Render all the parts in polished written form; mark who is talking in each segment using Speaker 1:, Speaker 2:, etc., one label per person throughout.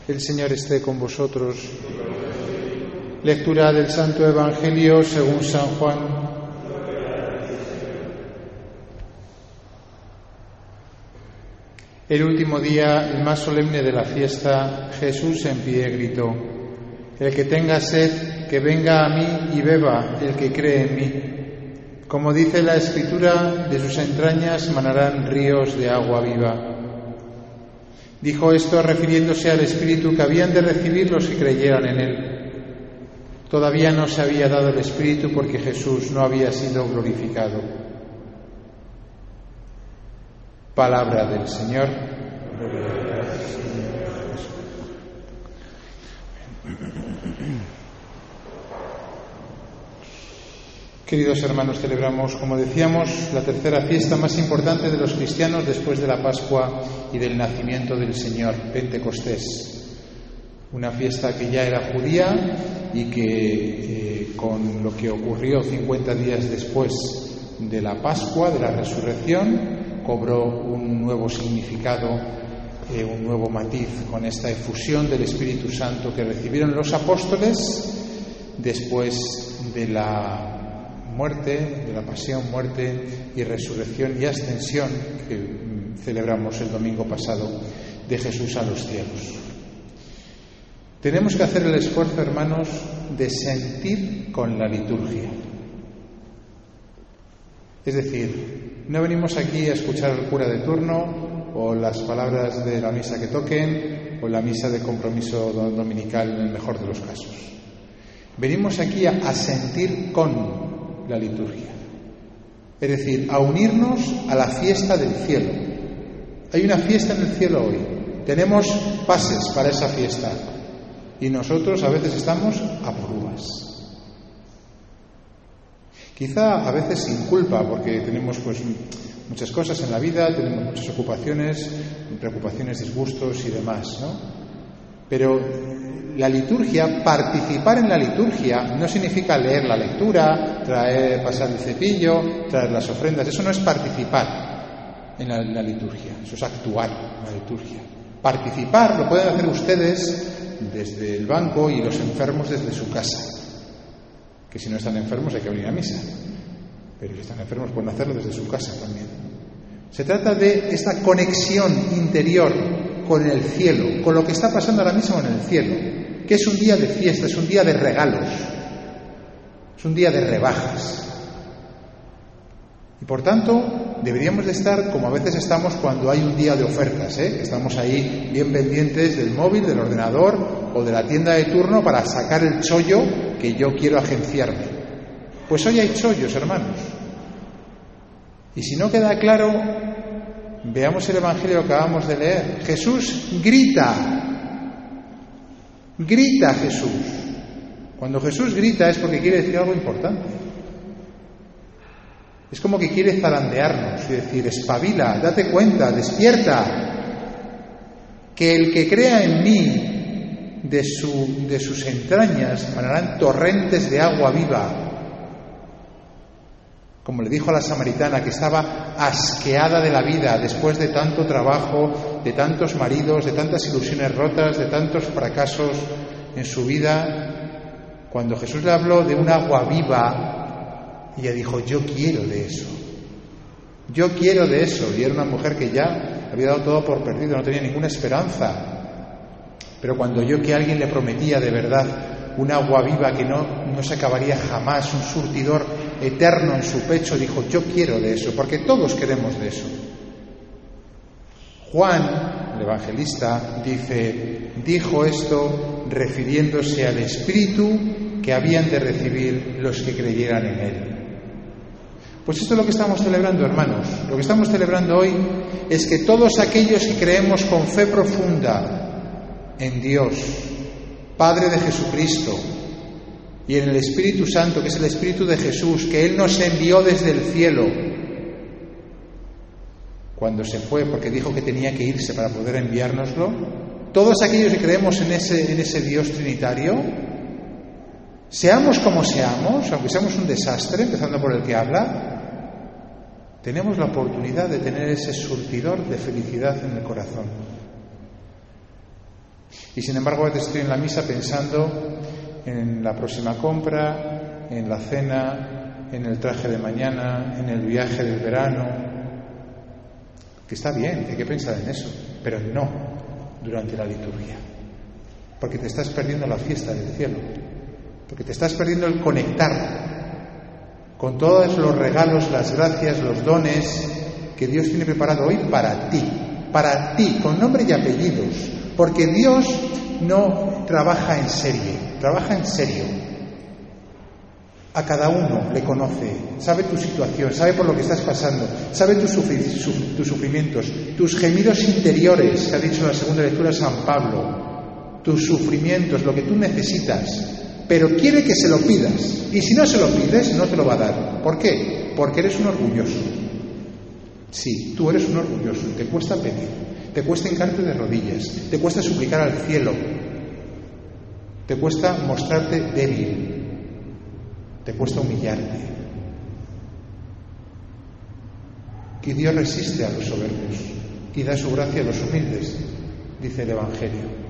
Speaker 1: El Señor esté con vosotros. Lectura del Santo Evangelio según San Juan. El último día, el más solemne de la fiesta, Jesús en pie gritó: El que tenga sed, que venga a mí y beba el que cree en mí. Como dice la Escritura, de sus entrañas manarán ríos de agua viva. Dijo esto refiriéndose al Espíritu que habían de recibir los que creyeran en Él. Todavía no se había dado el Espíritu porque Jesús no había sido glorificado. Palabra del Señor. Queridos hermanos, celebramos, como decíamos, la tercera fiesta más importante de los cristianos después de la Pascua y del nacimiento del Señor, Pentecostés. Una fiesta que ya era judía y que, con lo que ocurrió 50 días después de la Pascua, de la Resurrección, cobró un nuevo significado, un nuevo matiz, con esta efusión del Espíritu Santo que recibieron los apóstoles después de la muerte, de la pasión, muerte y resurrección y ascensión que celebramos el domingo pasado de Jesús a los cielos. Tenemos que hacer el esfuerzo, hermanos, de sentir con la liturgia. Es decir, no venimos aquí a escuchar al cura de turno o las palabras de la misa que toquen o la misa de compromiso dominical en el mejor de los casos. Venimos aquí a sentir con la liturgia, es decir, a unirnos a la fiesta del cielo. Hay una fiesta en el cielo hoy, tenemos pases para esa fiesta y nosotros a veces estamos a por uvas. Quizá a veces sin culpa, porque tenemos muchas cosas en la vida, tenemos muchas ocupaciones, preocupaciones, disgustos y demás, ¿no? Pero la liturgia, participar en la liturgia, no significa leer la lectura, pasar el cepillo, traer las ofrendas. Eso no es participar en la liturgia, eso es actuar en la liturgia. Participar lo pueden hacer ustedes desde el banco y los enfermos desde su casa, que si no están enfermos hay que venir a misa, pero si están enfermos pueden hacerlo desde su casa también. Se trata de esta conexión interior con el cielo, con lo que está pasando ahora mismo en el cielo, que es un día de fiesta, es un día de regalos, es un día de rebajas. Y por tanto, deberíamos de estar como a veces estamos cuando hay un día de ofertas, que estamos ahí bien pendientes del móvil, del ordenador o de la tienda de turno para sacar el chollo que yo quiero agenciarme. Pues hoy hay chollos, hermanos. Y si no queda claro, veamos el Evangelio que acabamos de leer. Jesús grita Jesús. Cuando Jesús grita es porque quiere decir algo importante. Es como que quiere zarandearnos y decir: espabila, date cuenta, despierta, que el que crea en mí, de sus entrañas manarán torrentes de agua viva. Como le dijo a la samaritana, que estaba asqueada de la vida después de tanto trabajo, de tantos maridos, de tantas ilusiones rotas, de tantos fracasos en su vida. Cuando Jesús le habló de un agua viva, ella dijo: yo quiero de eso. Yo quiero de eso. Y era una mujer que ya había dado todo por perdido, no tenía ninguna esperanza. Pero cuando oyó que alguien le prometía de verdad un agua viva que no se acabaría jamás, un surtidor eterno en su pecho, dijo: yo quiero de eso, porque todos queremos de eso. Juan, el evangelista, dijo esto refiriéndose al Espíritu que habían de recibir los que creyeran en Él. Pues esto es lo que estamos celebrando, hermanos. Lo que estamos celebrando hoy es que todos aquellos que creemos con fe profunda en Dios, Padre de Jesucristo, y en el Espíritu Santo, que es el Espíritu de Jesús, que Él nos envió desde el cielo cuando se fue, porque dijo que tenía que irse para poder enviárnoslo. Todos aquellos que creemos en ese Dios trinitario, seamos como seamos, aunque seamos un desastre, empezando por el que habla, tenemos la oportunidad de tener ese surtidor de felicidad en el corazón. Y sin embargo, a veces estoy en la misa pensando en la próxima compra, en la cena, en el traje de mañana, en el viaje del verano. Que está bien, hay que pensar en eso, pero no durante la liturgia. Porque te estás perdiendo la fiesta del cielo. Porque te estás perdiendo el conectar con todos los regalos, las gracias, los dones que Dios tiene preparado hoy para ti, con nombre y apellidos. Porque Dios no trabaja en serie, trabaja en serio. A cada uno le conoce, sabe tu situación, sabe por lo que estás pasando, sabe tus sufrimientos, tus gemidos interiores, que ha dicho en la segunda lectura San Pablo, tus sufrimientos, lo que tú necesitas, pero quiere que se lo pidas. Y si no se lo pides, no te lo va a dar. ¿Por qué? Porque eres un orgulloso. Sí, tú eres un orgulloso, te cuesta pedir, te cuesta hincarte de rodillas, te cuesta suplicar al cielo, te cuesta mostrarte débil, te cuesta humillarte. Y Dios resiste a los soberbios y da su gracia a los humildes, dice el Evangelio.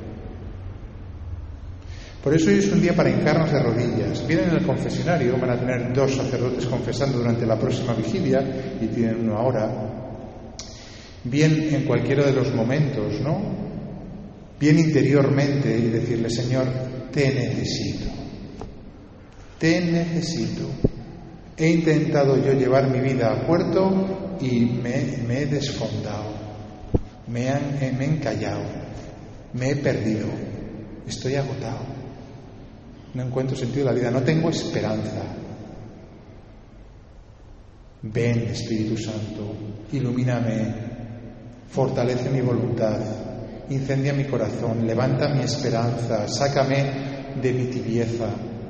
Speaker 1: Por eso hoy es un día para hincarnos de rodillas. Vienen en el confesionario, van a tener 2 sacerdotes confesando durante la próxima vigilia y tienen uno ahora. Bien en cualquiera de los momentos, ¿no? Bien interiormente y decirle: Señor, te necesito. Te necesito. He intentado yo llevar mi vida a puerto y me he desfondado. Me he encallado. Me he perdido. Estoy agotado. No encuentro sentido en la vida, no tengo esperanza. Ven, Espíritu Santo, ilumíname, fortalece mi voluntad, incendia mi corazón, levanta mi esperanza, sácame de mi tibieza.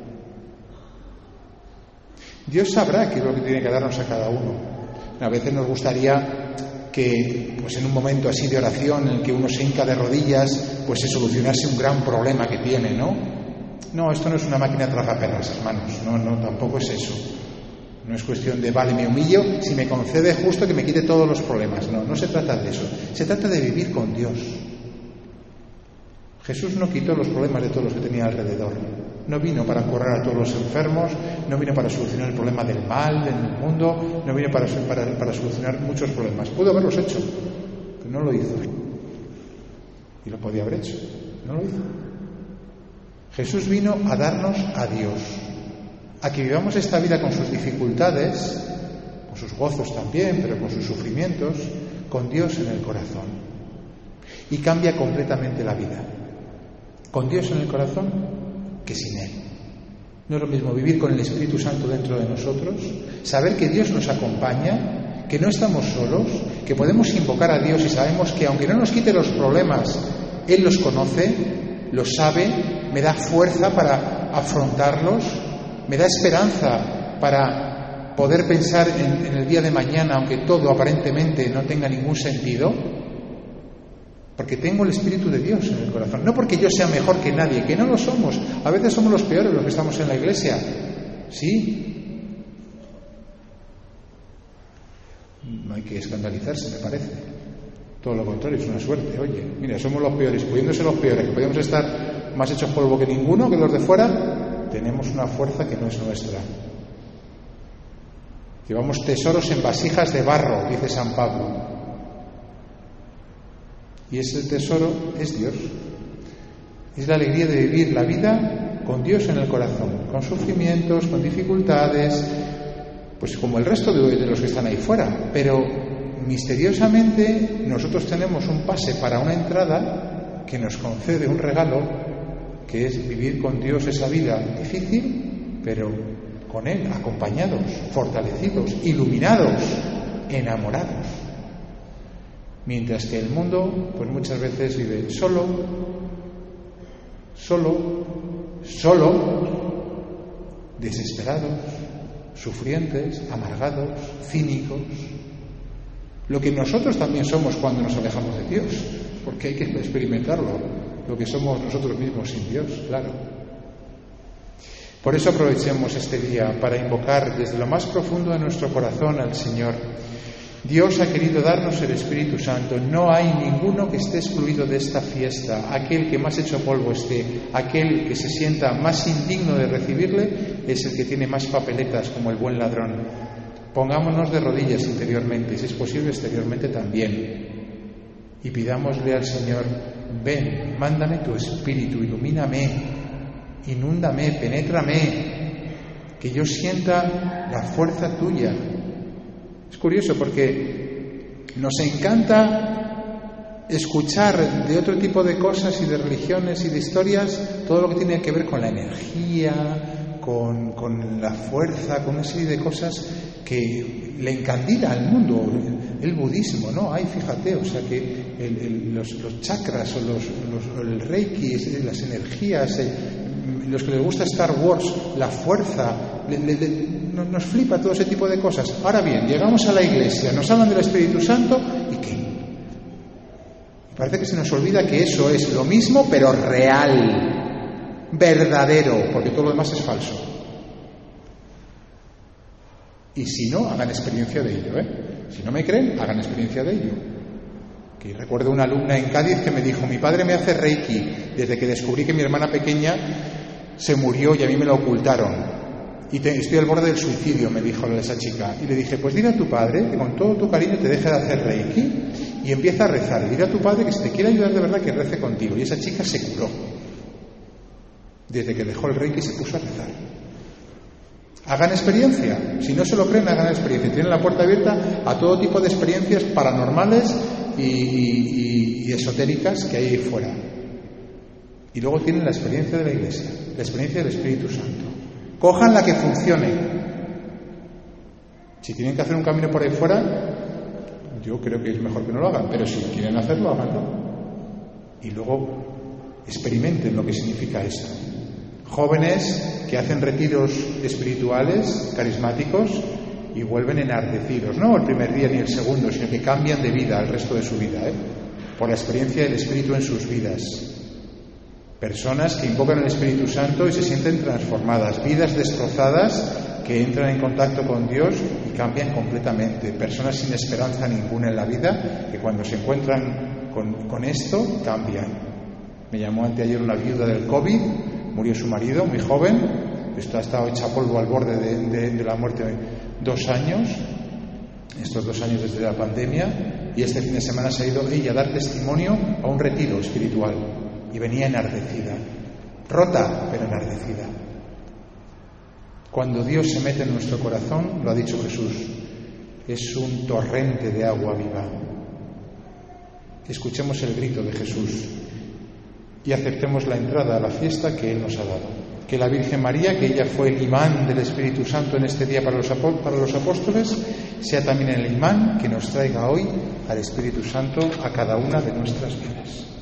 Speaker 1: Dios sabrá qué es lo que tiene que darnos a cada uno. A veces nos gustaría que, pues en un momento así de oración en el que uno se hinca de rodillas, pues se solucionase un gran problema que tiene, ¿no? No, esto no es una máquina tragaperras, hermanos. No, tampoco es eso. No es cuestión de, vale, me humillo, si me concede justo que me quite todos los problemas. No se trata de eso. Se trata de vivir con Dios. Jesús no quitó los problemas de todos los que tenía alrededor. No vino para curar a todos los enfermos, no vino para solucionar el problema del mal en el mundo, no vino para solucionar muchos problemas. Pudo haberlos hecho, pero no lo hizo. Y lo podía haber hecho, no lo hizo. Jesús vino a darnos a Dios, a que vivamos esta vida con sus dificultades, con sus gozos también, pero con sus sufrimientos, con Dios en el corazón. Y cambia completamente la vida. Con Dios en el corazón que sin Él. No es lo mismo vivir con el Espíritu Santo dentro de nosotros, saber que Dios nos acompaña, que no estamos solos, que podemos invocar a Dios y sabemos que aunque no nos quite los problemas, Él los conoce, los sabe, me da fuerza para afrontarlos, me da esperanza para poder pensar en el día de mañana, aunque todo aparentemente no tenga ningún sentido, porque tengo el Espíritu de Dios en el corazón. No porque yo sea mejor que nadie, que no lo somos. A veces somos los peores los que estamos en la iglesia. Sí. No hay que escandalizarse, me parece. Todo lo contrario, es una suerte. Oye, mira, somos los peores, pudiéndose los peores, que podemos estar más hechos polvo que ninguno, que los de fuera, tenemos una fuerza que no es nuestra. Llevamos tesoros en vasijas de barro, dice San Pablo. Y ese tesoro es Dios. Es la alegría de vivir la vida con Dios en el corazón, con sufrimientos, con dificultades, pues como el resto de los que están ahí fuera. Pero misteriosamente nosotros tenemos un pase para una entrada que nos concede un regalo, que es vivir con Dios esa vida difícil, pero con Él, acompañados, fortalecidos, iluminados, enamorados. Mientras que el mundo, pues muchas veces vive solo, desesperados, sufrientes, amargados, cínicos. Lo que nosotros también somos cuando nos alejamos de Dios, porque hay que experimentarlo, lo que somos nosotros mismos sin Dios, claro. Por eso aprovechemos este día para invocar desde lo más profundo de nuestro corazón al Señor Dios ha querido darnos el Espíritu Santo. No hay ninguno que esté excluido de esta fiesta. Aquel que más hecho polvo esté, aquel que se sienta más indigno de recibirle, es el que tiene más papeletas, como el buen ladrón. Pongámonos de rodillas interiormente, y si es posible exteriormente también, y pidámosle al Señor: ven, mándame tu Espíritu, ilumíname, inúndame, penétrame, que yo sienta la fuerza tuya. Es curioso porque nos encanta escuchar de otro tipo de cosas y de religiones y de historias todo lo que tiene que ver con la energía, con la fuerza, con una serie de cosas que le encandila al mundo. El budismo, ¿no? Ay, fíjate, o sea que los chakras o el reiki, las energías, los que les gusta Star Wars, la fuerza, nos flipa todo ese tipo de cosas. Ahora bien, llegamos a la iglesia, nos hablan del Espíritu Santo, ¿y qué? Parece que se nos olvida que eso es lo mismo, pero real, verdadero, porque todo lo demás es falso. Y si no, hagan experiencia de ello, ¿eh? Si no me creen, hagan experiencia de ello. Que recuerdo una alumna en Cádiz que me dijo: mi padre me hace reiki desde que descubrí que mi hermana pequeña se murió y a mí me la ocultaron. Y estoy al borde del suicidio, me dijo esa chica. Y le dije: pues dile a tu padre que con todo tu cariño te deje de hacer reiki y empieza a rezar. Y dile a tu padre que si te quiere ayudar de verdad, que rece contigo. Y esa chica se curó. Desde que dejó el reiki se puso a rezar. Hagan experiencia. Si no se lo creen, hagan experiencia. Tienen la puerta abierta a todo tipo de experiencias paranormales y esotéricas que hay ahí fuera. Y luego tienen la experiencia de la Iglesia, la experiencia del Espíritu Santo. Cojan la que funcione. Si tienen que hacer un camino por ahí fuera, yo creo que es mejor que no lo hagan, pero si quieren hacerlo, háganlo. Y luego experimenten lo que significa esto. Jóvenes que hacen retiros espirituales, carismáticos, y vuelven enardecidos, no el primer día ni el segundo, sino que cambian de vida el resto de su vida, por la experiencia del Espíritu en sus vidas. Personas que invocan el Espíritu Santo y se sienten transformadas, vidas destrozadas que entran en contacto con Dios y cambian completamente. Personas sin esperanza ninguna en la vida que cuando se encuentran con esto cambian. Me llamó anteayer una viuda del COVID, murió su marido, muy joven, ha estado hecha polvo al borde de la muerte 2 años, estos 2 años desde la pandemia, y este fin de semana se ha ido ella a dar testimonio a un retiro espiritual y venía enardecida, rota pero enardecida. Cuando Dios se mete en nuestro corazón, lo ha dicho Jesús, es un torrente de agua viva. Escuchemos el grito de Jesús y aceptemos la entrada a la fiesta que Él nos ha dado. Que la Virgen María, que ella fue el imán del Espíritu Santo en este día para los apóstoles, sea también el imán que nos traiga hoy al Espíritu Santo a cada una de nuestras vidas.